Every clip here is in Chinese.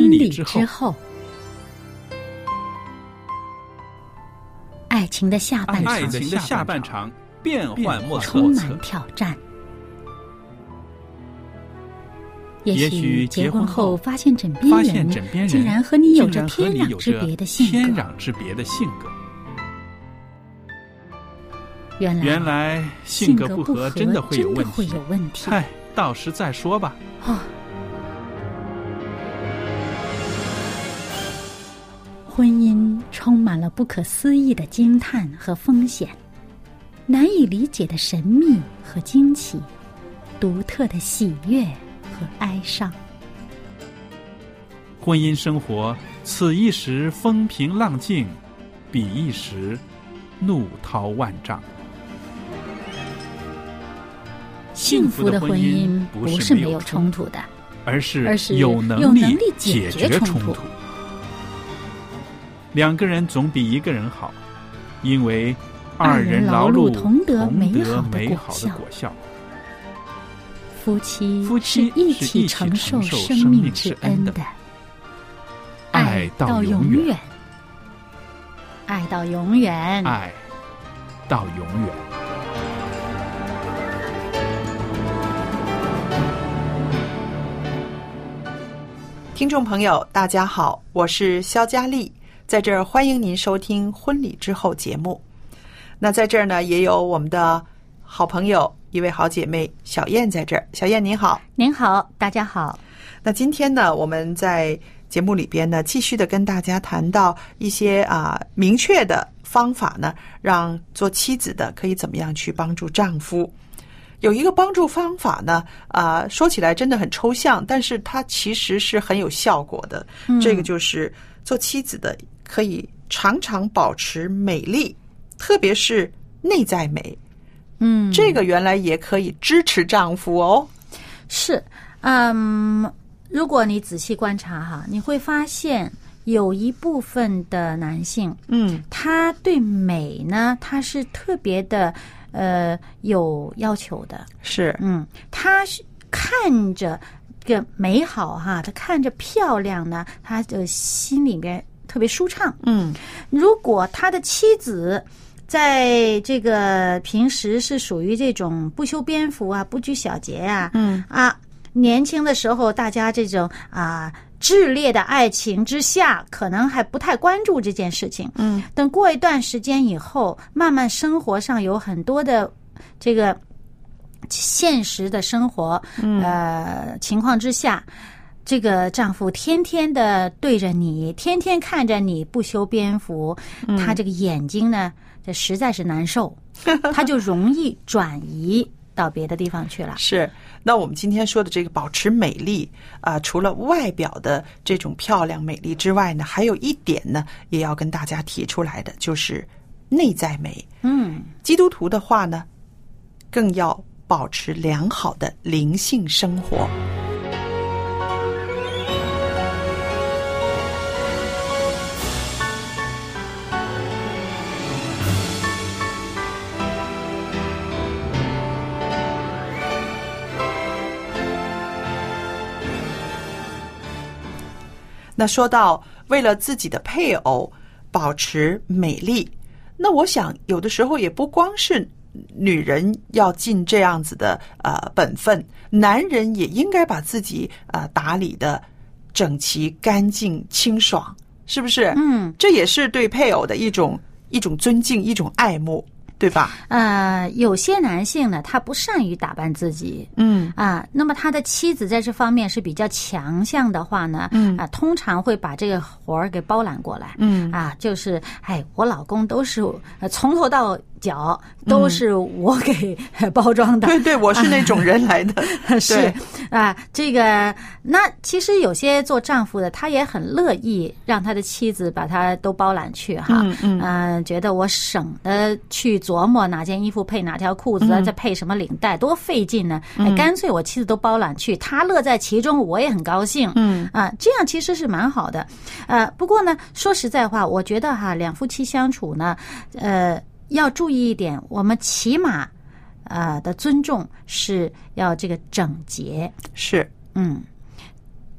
婚礼之后，爱情的下半场变幻莫测， 充满挑战。也许结婚后发现枕边人竟然和你有着天壤之别的性格。 原来性格不合真的会有问题。 嗨，到时再说吧。 婚姻充满了不可思议的惊叹和风险，难以理解的神秘和惊奇，独特的喜悦和哀伤。 婚姻生活此一时风平浪静，彼一时怒涛万丈。 幸福的婚姻不是没有冲突的， 而是有能力解决冲突。两个人总比一个人好，因为二人劳碌同得美好的果效。 夫妻是一起承受生命之恩的，爱到永远，爱到永远， 爱到永远。 听众朋友大家好，我是肖佳丽，在这儿欢迎您收听婚礼之后节目。那在这儿呢，也有我们的好朋友一位好姐妹小燕在这儿。小燕您好。 您好，大家好。 那今天呢，我们在节目里边呢，继续的跟大家谈到一些明确的方法呢，让做妻子的可以怎么样去帮助丈夫。有一个帮助方法呢，说起来真的很抽象，但是它其实是很有效果的。这个就是做妻子的可以常常保持美丽，特别是内在美。这个原来也可以支持丈夫哦。 是，如果你仔细观察哈，你会发现有一部分的男性，他对美呢，他是特别的有要求的。 是， 他看着个美好哈，他看着漂亮呢，他的心里面特别舒畅。如果他的妻子在这个平时是属于这种不修边幅啊，不拘小节啊，年轻的时候大家这种炽烈的爱情之下，可能还不太关注这件事情。等过一段时间以后，慢慢生活上有很多的这个现实的生活情况之下，这个丈夫天天的对着你，天天看着你不修边幅，他这个眼睛呢，这实在是难受，他就容易转移到别的地方去了。 是，那我们今天说的这个保持美丽除了外表的这种漂亮美丽之外呢，还有一点呢，也要跟大家提出来的，就是内在美。基督徒的话呢，更要保持良好的灵性生活。那说到为了自己的配偶保持美丽，那我想有的时候也不光是女人要尽这样子的本分，男人也应该把自己打理的整齐、干净、清爽，是不是？这也是对配偶的一种尊敬，一种爱慕，对吧？ 有些男性呢，他不善于打扮自己，那么他的妻子在这方面是比较强项的话呢，通常会把这个活儿给包揽过来，就是我老公都是从头到脚都是我给包装的。 对，我是那种人来的。 是这个那其实有些做丈夫的，他也很乐意让他的妻子把他都包揽去哈，觉得我省得去琢磨哪件衣服配哪条裤子，再配什么领带，多费劲呢。干脆我妻子都包揽去，他乐在其中，我也很高兴。这样其实是蛮好的。不过呢，说实在话，我觉得两夫妻相处呢，要注意一点，我们起码的尊重是要这个整洁。 是，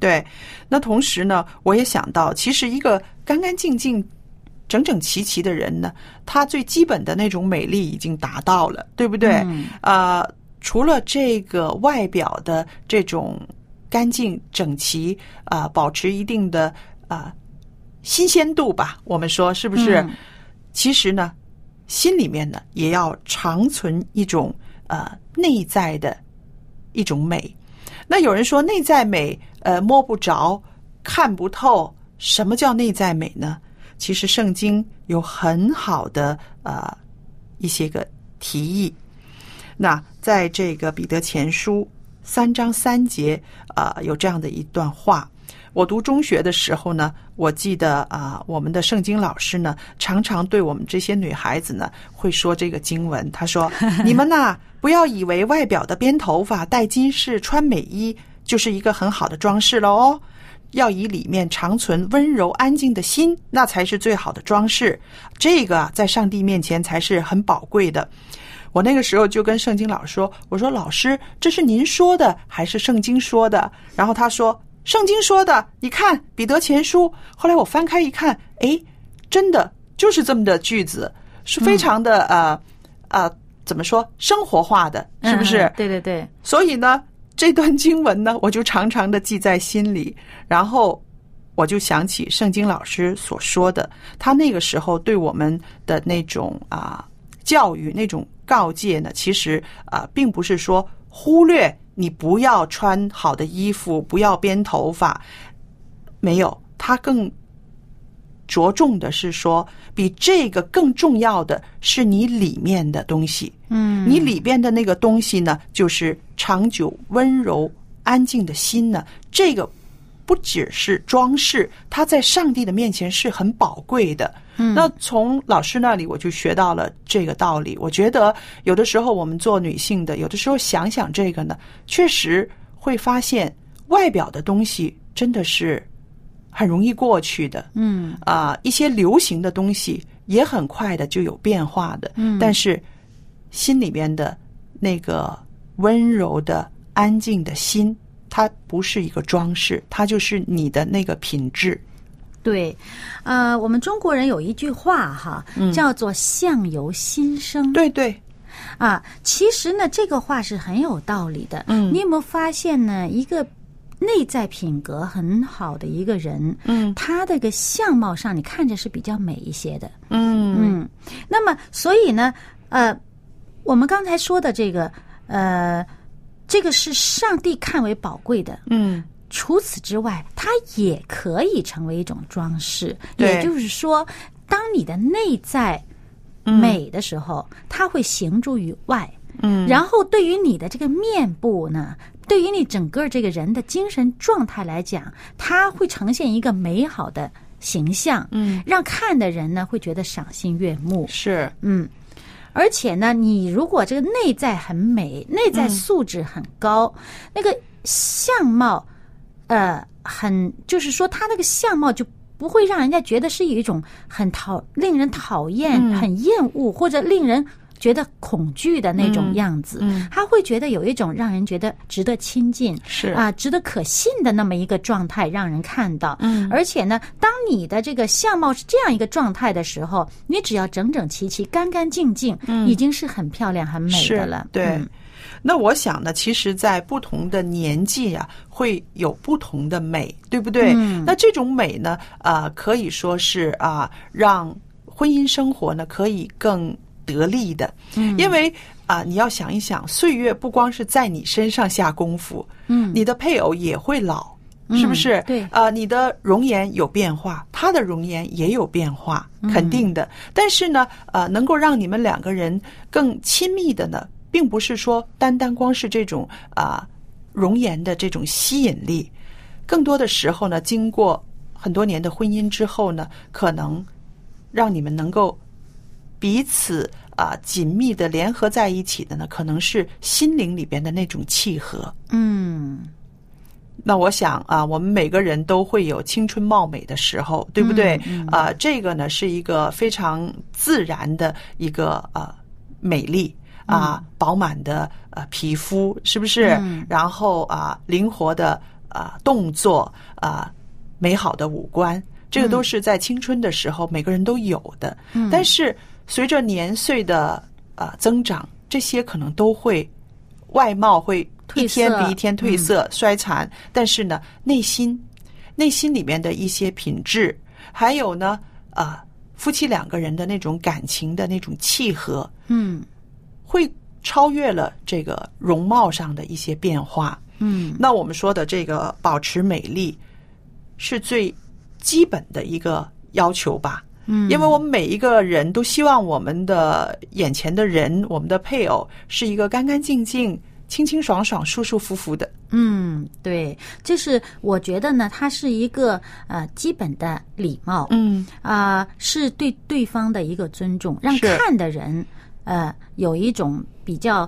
对，那同时呢，我也想到，其实一个干干净净、整整齐齐的人呢，他最基本的那种美丽已经达到了，对不对？除了这个外表的这种干净整齐，保持一定的新鲜度吧，我们说是不是？其实呢，心里面呢也要长存一种内在的一种美。那有人说内在美摸不着看不透，什么叫内在美呢？其实圣经有很好的一些个提议。那在这个彼得前书3章3节有这样的一段话。我读中学的时候呢，我记得我们的圣经老师呢常常对我们这些女孩子呢会说这个经文，他说你们呐，不要以为外表的编头发戴金饰穿美衣就是一个很好的装饰了哦，要以里面长存温柔安静的心，那才是最好的装饰，这个在上帝面前才是很宝贵的。我那个时候就跟圣经老师说，我说老师，这是您说的还是圣经说的？然后他说圣经说的，你看彼得前书。后来我翻开一看，真的就是这么的句子，是非常的怎么说生活化的，是不是？ 对对对。 所以呢，这段经文呢，我就常常的记在心里，然后我就想起圣经老师所说的，他那个时候对我们的那种教育那种告诫呢，其实并不是说忽略你不要穿好的衣服，不要编头发，没有，他更着重的是说，比这个更重要的是你里面的东西。你里边的那个东西呢，就是长久温柔安静的心呢，这个不只是装饰，它在上帝的面前是很宝贵的。那从老师那里我就学到了这个道理。我觉得有的时候我们做女性的，有的时候想想这个呢，确实会发现外表的东西真的是很容易过去的。一些流行的东西也很快的就有变化的。但是心里面的那个温柔的安静的心，它不是一个装饰，它就是你的那个品质。 对，我们中国人有一句话哈，叫做相由心生。 对对。 其实呢，这个话是很有道理的。你有没有发现呢？一个内在品格很好的一个人，他的个相貌上你看着是比较美一些的。那么所以呢，我们刚才说的这个，这个是上帝看为宝贵的。除此之外，它也可以成为一种装饰。也就是说，当你的内在美的时候，它会行诸于外。然后对于你的这个面部呢，对于你整个这个人的精神状态来讲，它会呈现一个美好的形象。让看的人呢会觉得赏心悦目。是。而且呢，你如果这个内在很美，内在素质很高，那个相貌就是说他那个相貌就不会让人家觉得是一种令人讨厌、很厌恶或者令人觉得恐惧的那种样子。他会觉得有一种让人觉得值得亲近，是值得可信的那么一个状态让人看到。而且呢，当你的这个相貌是这样一个状态的时候，你只要整整齐齐、干干净净，已经是很漂亮、很美的了。 对。那我想呢，其实在不同的年纪会有不同的美，对不对？那这种美呢，可以说是让婚姻生活呢可以更得力的。因为你要想一想，岁月不光是在你身上下功夫，你的配偶也会老，是不是？对。你的容颜有变化，他的容颜也有变化，肯定的。但是呢，能够让你们两个人更亲密的呢，并不是说单单光是这种容颜的这种吸引力，更多的时候呢，经过很多年的婚姻之后呢，可能让你们能够彼此紧密的联合在一起的呢，可能是心灵里边的那种契合。那我想我们每个人都会有青春貌美的时候，对不对？这个呢是一个非常自然的一个美丽。饱满的皮肤，是不是？然后灵活的动作美好的五官，这个都是在青春的时候每个人都有的。但是随着年岁的增长，这些可能都会外貌会一天比一天褪色衰残，但是呢内心里面的一些品质，还有呢夫妻两个人的那种感情的那种契合，会超越了这个容貌上的一些变化。那我们说的这个保持美丽是最基本的一个要求吧。因为我们每一个人都希望我们的眼前的人，我们的配偶是一个干干净净、清清爽爽、舒舒服服的。 对，这是我觉得呢，它是一个基本的礼貌。是对对方的一个尊重，让看的人有一种比较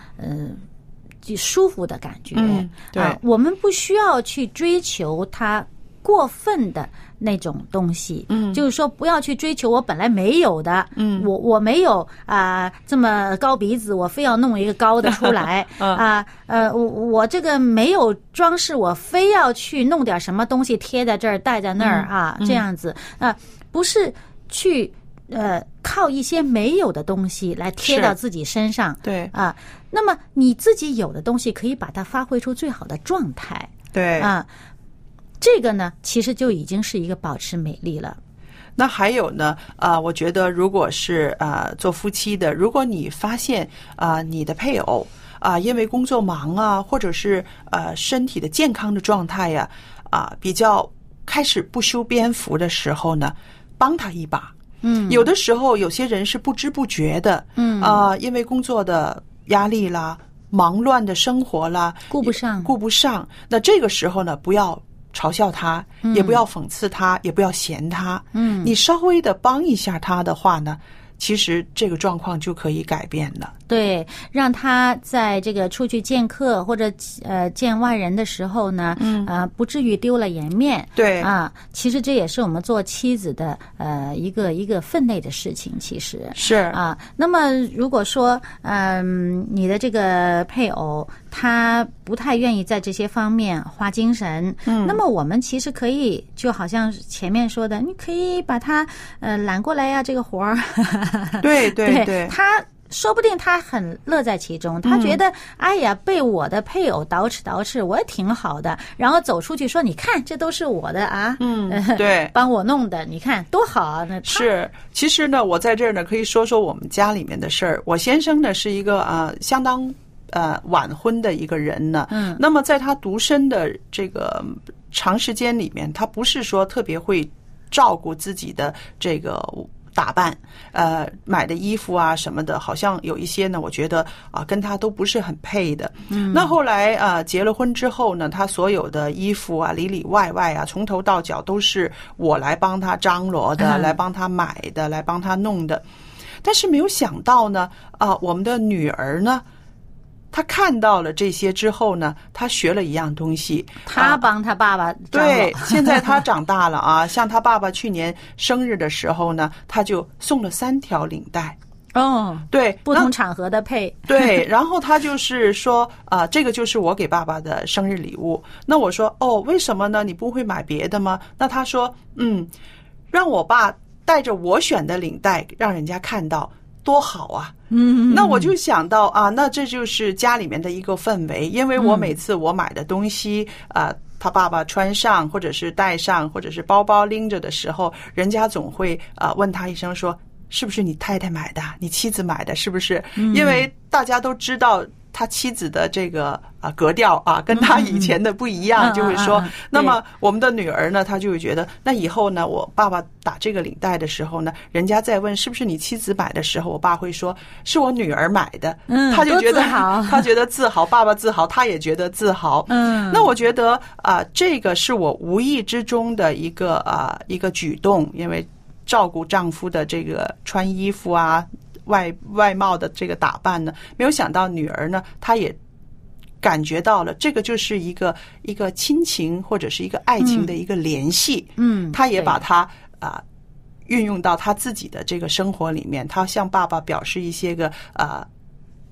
舒服的感觉。 对， 我们不需要去追求他过分的那种东西。就是说不要去追求我本来没有的。我没有这么高鼻子，我非要弄一个高的出来。我这个没有装饰，我非要去弄点什么东西贴在这儿戴在那儿这样子不是去靠一些没有的东西来贴到自己身上。 对那么你自己有的东西可以把它发挥出最好的状态。 对这个呢其实就已经是一个保持美丽了。 那还有呢我觉得如果是做夫妻的，如果你发现你的配偶因为工作忙或者是身体的健康的状态呀比较开始不修边幅的时候呢，帮他一把。有的时候有些人是不知不觉的因为工作的压力啦、忙乱的生活啦，顾不上。那这个时候呢，不要嘲笑他，也不要讽刺他，也不要嫌他。你稍微的帮一下他的话呢，其实这个状况就可以改变了。 对，让他在这个出去见客或者见外人的时候呢，不至于丢了颜面。 对其实这也是我们做妻子的一个分内的事情。其实是那么如果说你的这个配偶他不太愿意在这些方面花精神，那么我们其实可以就好像前面说的，你可以把他揽过来呀，这个活儿。 对他说不定他很乐在其中，他觉得哎呀被我的配偶捯饬我也挺好的，然后走出去说你看这都是我的对帮我弄的，你看多好啊。那是其实呢我在这儿呢可以说说我们家里面的事儿。我先生呢是一个相当晚婚的一个人呢，那么在他独身的这个长时间里面，他不是说特别会照顾自己的这个打扮，买的衣服什么的，好像有一些呢，我觉得跟他都不是很配的。那后来结了婚之后呢，他所有的衣服里里外外从头到脚都是我来帮他张罗的，来帮他买的，来帮他弄的。但是没有想到呢，我们的女儿呢，他看到了这些之后呢，他学了一样东西， 他帮他爸爸对，现在他长大了像他爸爸去年生日的时候呢，他就送了3条领带。对， 不同场合的配。 对，然后他就是说这个就是我给爸爸的生日礼物。那我说为什么呢？你不会买别的吗？那他说让我爸带着我选的领带让人家看到多好啊。那我就想到那这就是家里面的一个氛围。因为我每次我买的东西他爸爸穿上或者是戴上或者是包包拎着的时候，人家总会问他一声说是不是你太太买的，你妻子买的是不是？因为大家都知道他妻子的这个格调跟他以前的不一样，就会说那么我们的女儿呢，她就会觉得那以后呢，我爸爸打这个领带的时候呢，人家再问是不是你妻子买的时候，我爸会说是我女儿买的。他就觉得他觉得自豪，爸爸自豪，他也觉得自豪。那我觉得这个是我无意之中的一个举动，因为照顾丈夫的这个穿衣服外貌的这个打扮呢，没有想到女儿呢，她也感觉到了这个就是一个亲情或者是一个爱情的一个联系。她也把它运用到她自己的这个生活里面，她向爸爸表示一些个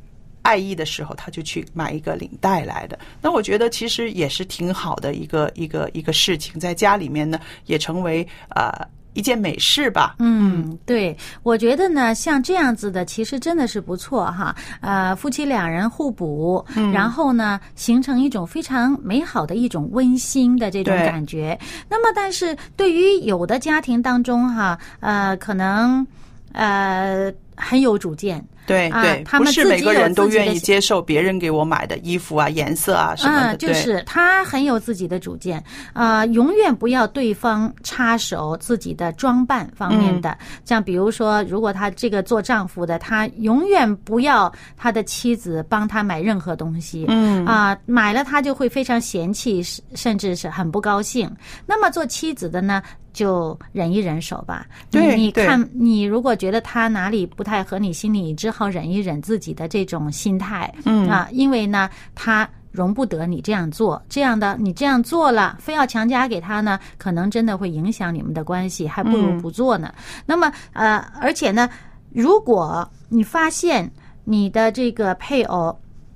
爱意的时候，他就去买一个领带来的。那我觉得其实也是挺好的一个事情，在家里面呢也成为一件美事吧。 对，我觉得呢，像这样子的，其实真的是不错哈。夫妻两人互补，然后呢，形成一种非常美好的一种温馨的这种感觉。那么，但是对于有的家庭当中哈，可能很有主见。 对对， 他们不是每个人都愿意接受别人给我买的衣服啊、颜色啊什么的。 就是他很有自己的主见永远不要对方插手自己的装扮方面的。像比如说，如果他这个做丈夫的，他永远不要他的妻子帮他买任何东西。买了他就会非常嫌弃，甚至是很不高兴。那么做妻子的呢，就忍一忍手吧。你看，你如果觉得他哪里不太合你心里，只好忍一忍自己的这种心态。因为呢，他容不得你这样做，这样的你这样做了，非要强加给他呢，可能真的会影响你们的关系，还不如不做呢。那么而且呢，如果你发现你的这个配偶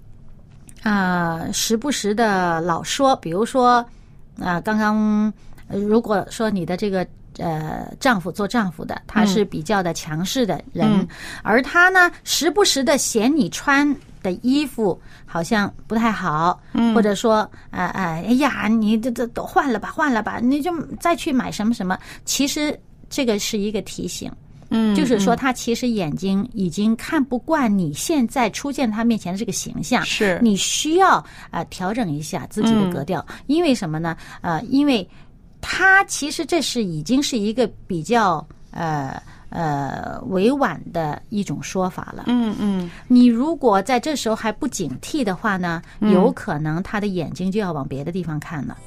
时不时的老说，比如说刚刚如果说你的这个丈夫做丈夫的，他是比较的强势的人，而他呢时不时的嫌你穿的衣服好像不太好，或者说哎呀，你这都换了吧，你就再去买什么什么。其实这个是一个提醒。就是说他其实眼睛已经看不惯你现在出现他面前的这个形象， 是你需要调整一下自己的格调。因为什么呢？因为他其实这是已经是一个比较委婉的一种说法了。你如果在这时候还不警惕的话呢，有可能他的眼睛就要往别的地方看了。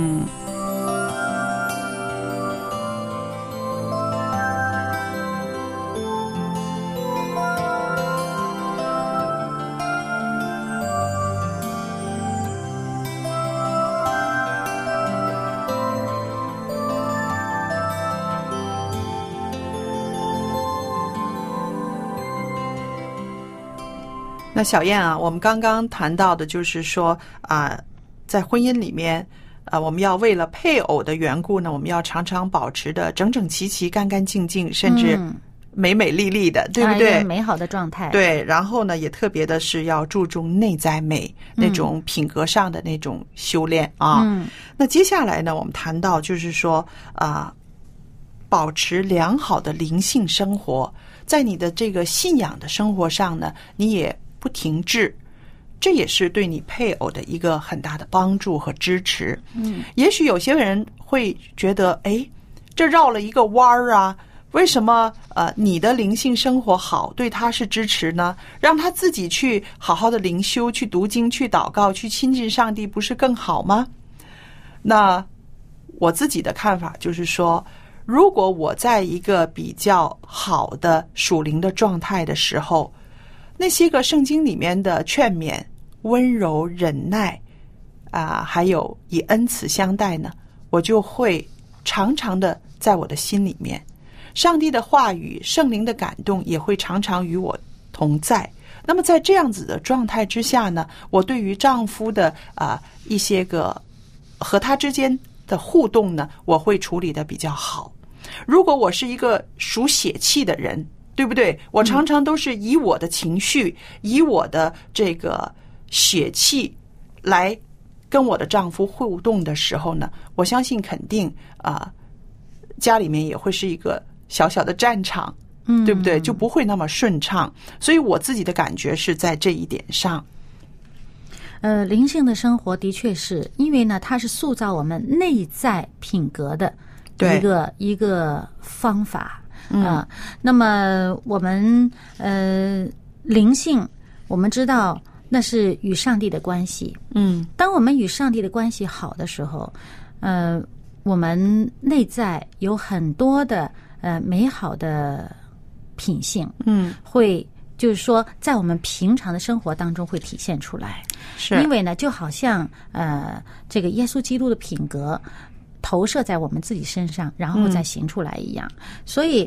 那小燕啊，我们刚刚谈到的就是说在婚姻里面我们要为了配偶的缘故呢，我们要常常保持的整整齐齐、干干净净，甚至美美丽丽的，对不对？ 美好的状态。 对，然后呢，也特别的是要注重内在美，那种品格上的那种修炼那接下来呢，我们谈到就是说保持良好的灵性生活，在你的这个信仰的生活上呢，你也不停滞，这也是对你配偶的一个很大的帮助和支持。也许有些人会觉得，这绕了一个弯儿啊，为什么你的灵性生活好，对他是支持呢？让他自己去好好的灵修，去读经，去祷告，去亲近上帝，不是更好吗？那我自己的看法就是说，如果我在一个比较好的属灵的状态的时候，那些个圣经里面的劝勉、温柔、忍耐还有以恩慈相待呢，我就会常常的在我的心里面，上帝的话语、圣灵的感动也会常常与我同在。那么在这样子的状态之下呢，我对于丈夫的一些个和他之间的互动呢，我会处理的比较好。如果我是一个属血气的人，对不对？我常常都是以我的情绪，以我的这个血气来跟我的丈夫互动的时候呢，我相信肯定家里面也会是一个小小的战场，对不对？就不会那么顺畅。所以我自己的感觉是在这一点上。 灵性的生活的确是因为呢，它是塑造我们内在品格的一个方法。那么我们灵性，我们知道那是与上帝的关系。当我们与上帝的关系好的时候，我们内在有很多的美好的品性，会就是说在我们平常的生活当中会体现出来。是因为呢，就好像这个耶稣基督的品格投射在我们自己身上，然后再行出来一样。所以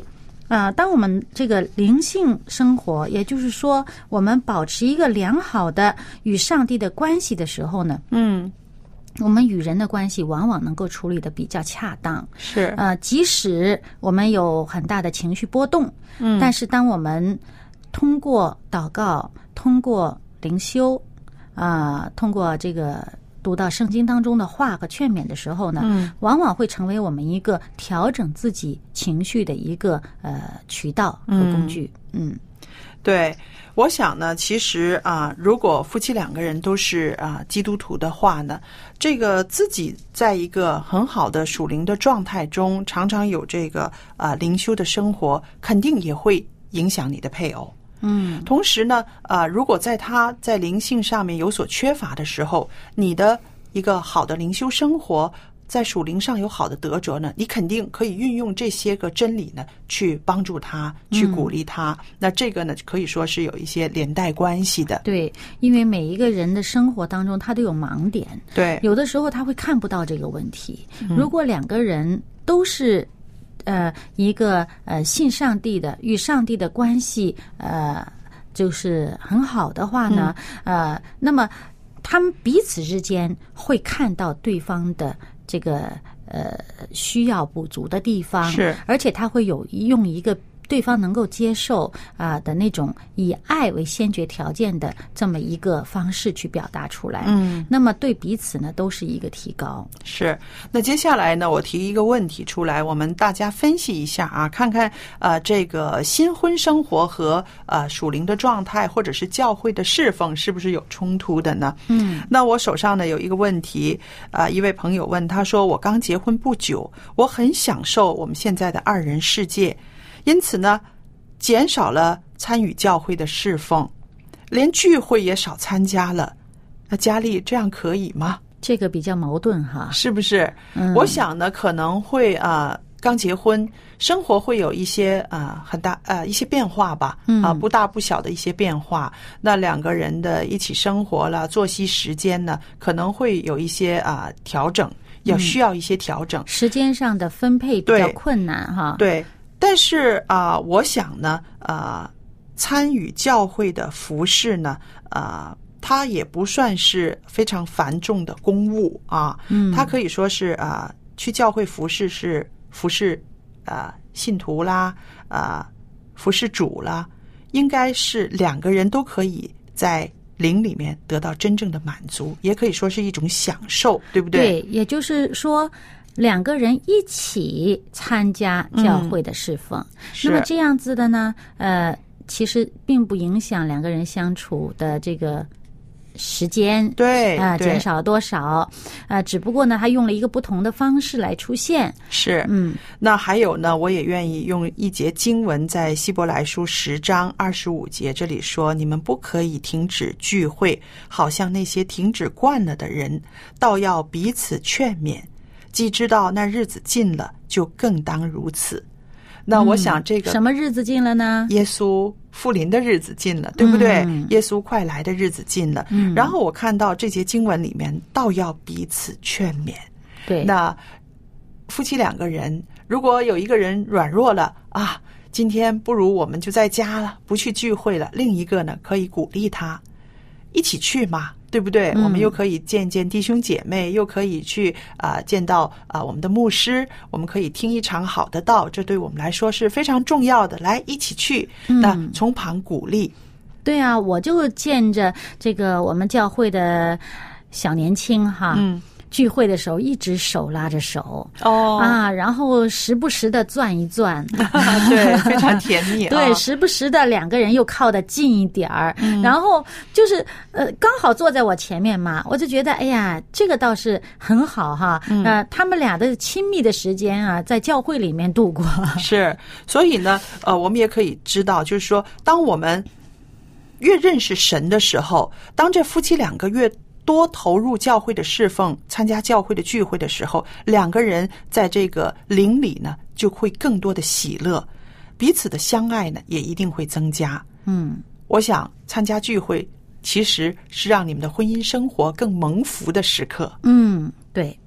当我们这个灵性生活，也就是说我们保持一个良好的与上帝的关系的时候呢，我们与人的关系往往能够处理的比较恰当。 是即使我们有很大的情绪波动，但是当我们通过祷告，通过灵修，通过这个读到圣经当中的话和劝勉的时候呢，往往会成为我们一个调整自己情绪的一个渠道和工具。 对，我想呢，其实如果夫妻两个人都是基督徒的话呢，这个自己在一个很好的属灵的状态中，常常有这个灵修的生活，肯定也会影响你的配偶。同时呢，如果他在灵性上面有所缺乏的时候，你的一个好的灵修生活，在属灵上有好的得着呢，你肯定可以运用这些个真理呢，去帮助他，去鼓励他。那这个呢，可以说是有一些连带关系的。 对，因为每一个人的生活当中，他都有盲点。 对， 有的时候他会看不到这个问题。如果两个人都是一个信上帝的，与上帝的关系就是很好的话呢，那么他们彼此之间会看到对方的这个需要补足的地方， 是， 而且他会用一个对方能够接受的那种以爱为先决条件的这么一个方式去表达出来。那么对彼此呢都是一个提高。 是。那接下来呢，我提一个问题出来，我们大家分析一下看看这个新婚生活和属灵的状态或者是教会的侍奉是不是有冲突的呢？那我手上呢有一个问题，一位朋友问，他说我刚结婚不久，我很享受我们现在的二人世界，因此呢，减少了参与教会的侍奉，连聚会也少参加了。那佳丽，这样可以吗？ 这个比较矛盾哈， 是不是？我想呢，可能会刚结婚，生活会有一些很大一些变化吧，不大不小的一些变化。那两个人的一起生活了，作息时间呢，可能会有一些调整，要需要一些调整， 时间上的分配比较困难哈。 对。但是我想呢，参与教会的服事呢，它也不算是非常繁重的公务它可以说是去教会服事是服事信徒啦，服事主啦，应该是两个人都可以在灵里面得到真正的满足，也可以说是一种享受，对不对？ 对，也就是说两个人一起参加教会的侍奉，那么这样子的呢，其实并不影响两个人相处的这个时间， 对减少多少，只不过呢，他用了一个不同的方式来出现。 是，那还有呢，我也愿意用一节经文，在希伯来书10章25节这里说：“你们不可以停止聚会，好像那些停止惯了的人，倒要彼此劝勉。既知道那日子近了，就更当如此。”那我想这个什么日子近了呢？ 耶稣复临的日子近了，对不对？耶稣快来的日子近了。然后我看到这节经文里面，倒要彼此劝勉。 对， 那夫妻两个人，如果有一个人软弱了今天不如我们就在家了，不去聚会了，另一个呢可以鼓励他一起去嘛，对不对？我们又可以见见弟兄姐妹，又可以去见到我们的牧师，我们可以听一场好的道，这对我们来说是非常重要的。来，一起去，那从旁鼓励。 对啊，我就见着这个我们教会的小年轻哈，聚会的时候一直手拉着手然后时不时的转一转对，非常甜蜜对，时不时的两个人又靠得近一点儿然后就是刚好坐在我前面嘛，我就觉得哎呀，这个倒是很好哈他们俩的亲密的时间在教会里面度过。 是，所以呢我们也可以知道，就是说当我们越认识神的时候，当这夫妻两个越多投入教会的侍奉，参加教会的聚会的时候，两个人在这个灵里呢就会更多的喜乐，彼此的相爱呢也一定会增加。我想参加聚会其实是让你们的婚姻生活更蒙福的时刻。 对。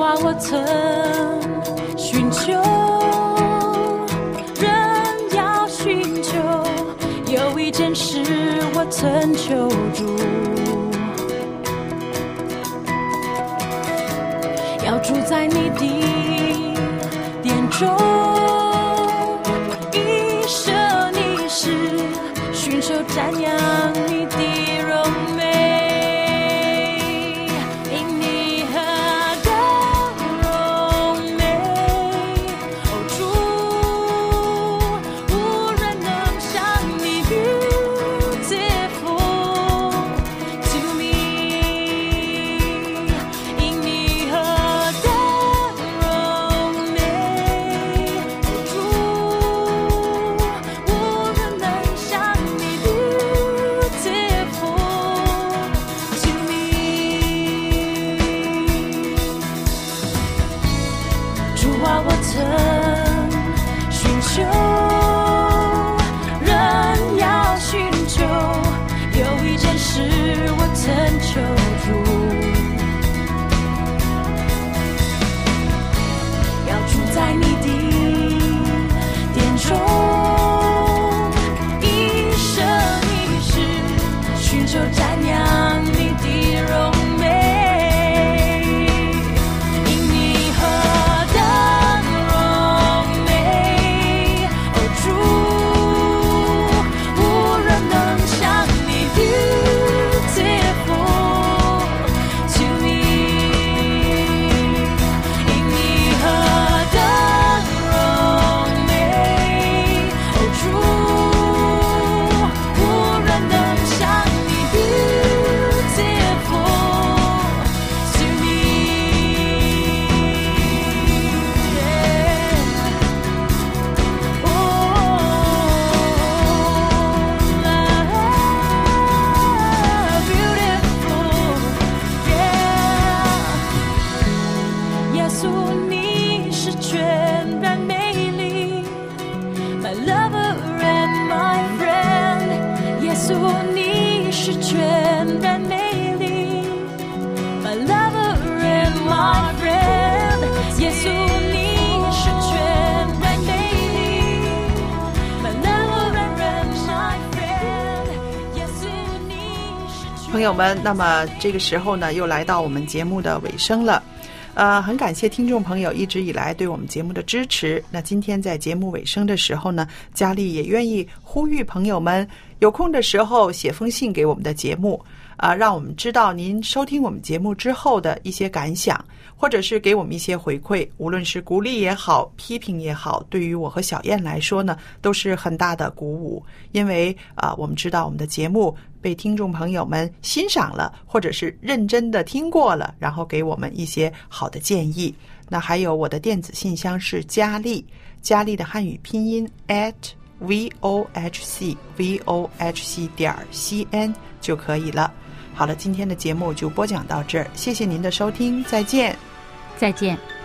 啊，我曾寻求，人要寻求，有一件事我曾求助，要住在你的殿中，一生一世寻求瞻仰你的荣美。 朋友们，那么这个时候呢，又来到我们节目的尾声了。很感谢听众朋友一直以来对我们节目的支持。那今天在节目尾声的时候呢，佳丽也愿意呼吁朋友们有空的时候写封信给我们的节目，让我们知道您收听我们节目之后的一些感想，或者是给我们一些回馈，无论是鼓励也好，批评也好，对于我和小燕来说呢，都是很大的鼓舞。因为我们知道我们的节目被听众朋友们欣赏了，或者是认真的听过了，然后给我们一些好的建议。那还有我的电子信箱是佳丽的汉语拼音 @vohc.cn 就可以了。好了，今天的节目就播讲到这儿，谢谢您的收听，再见。 再见。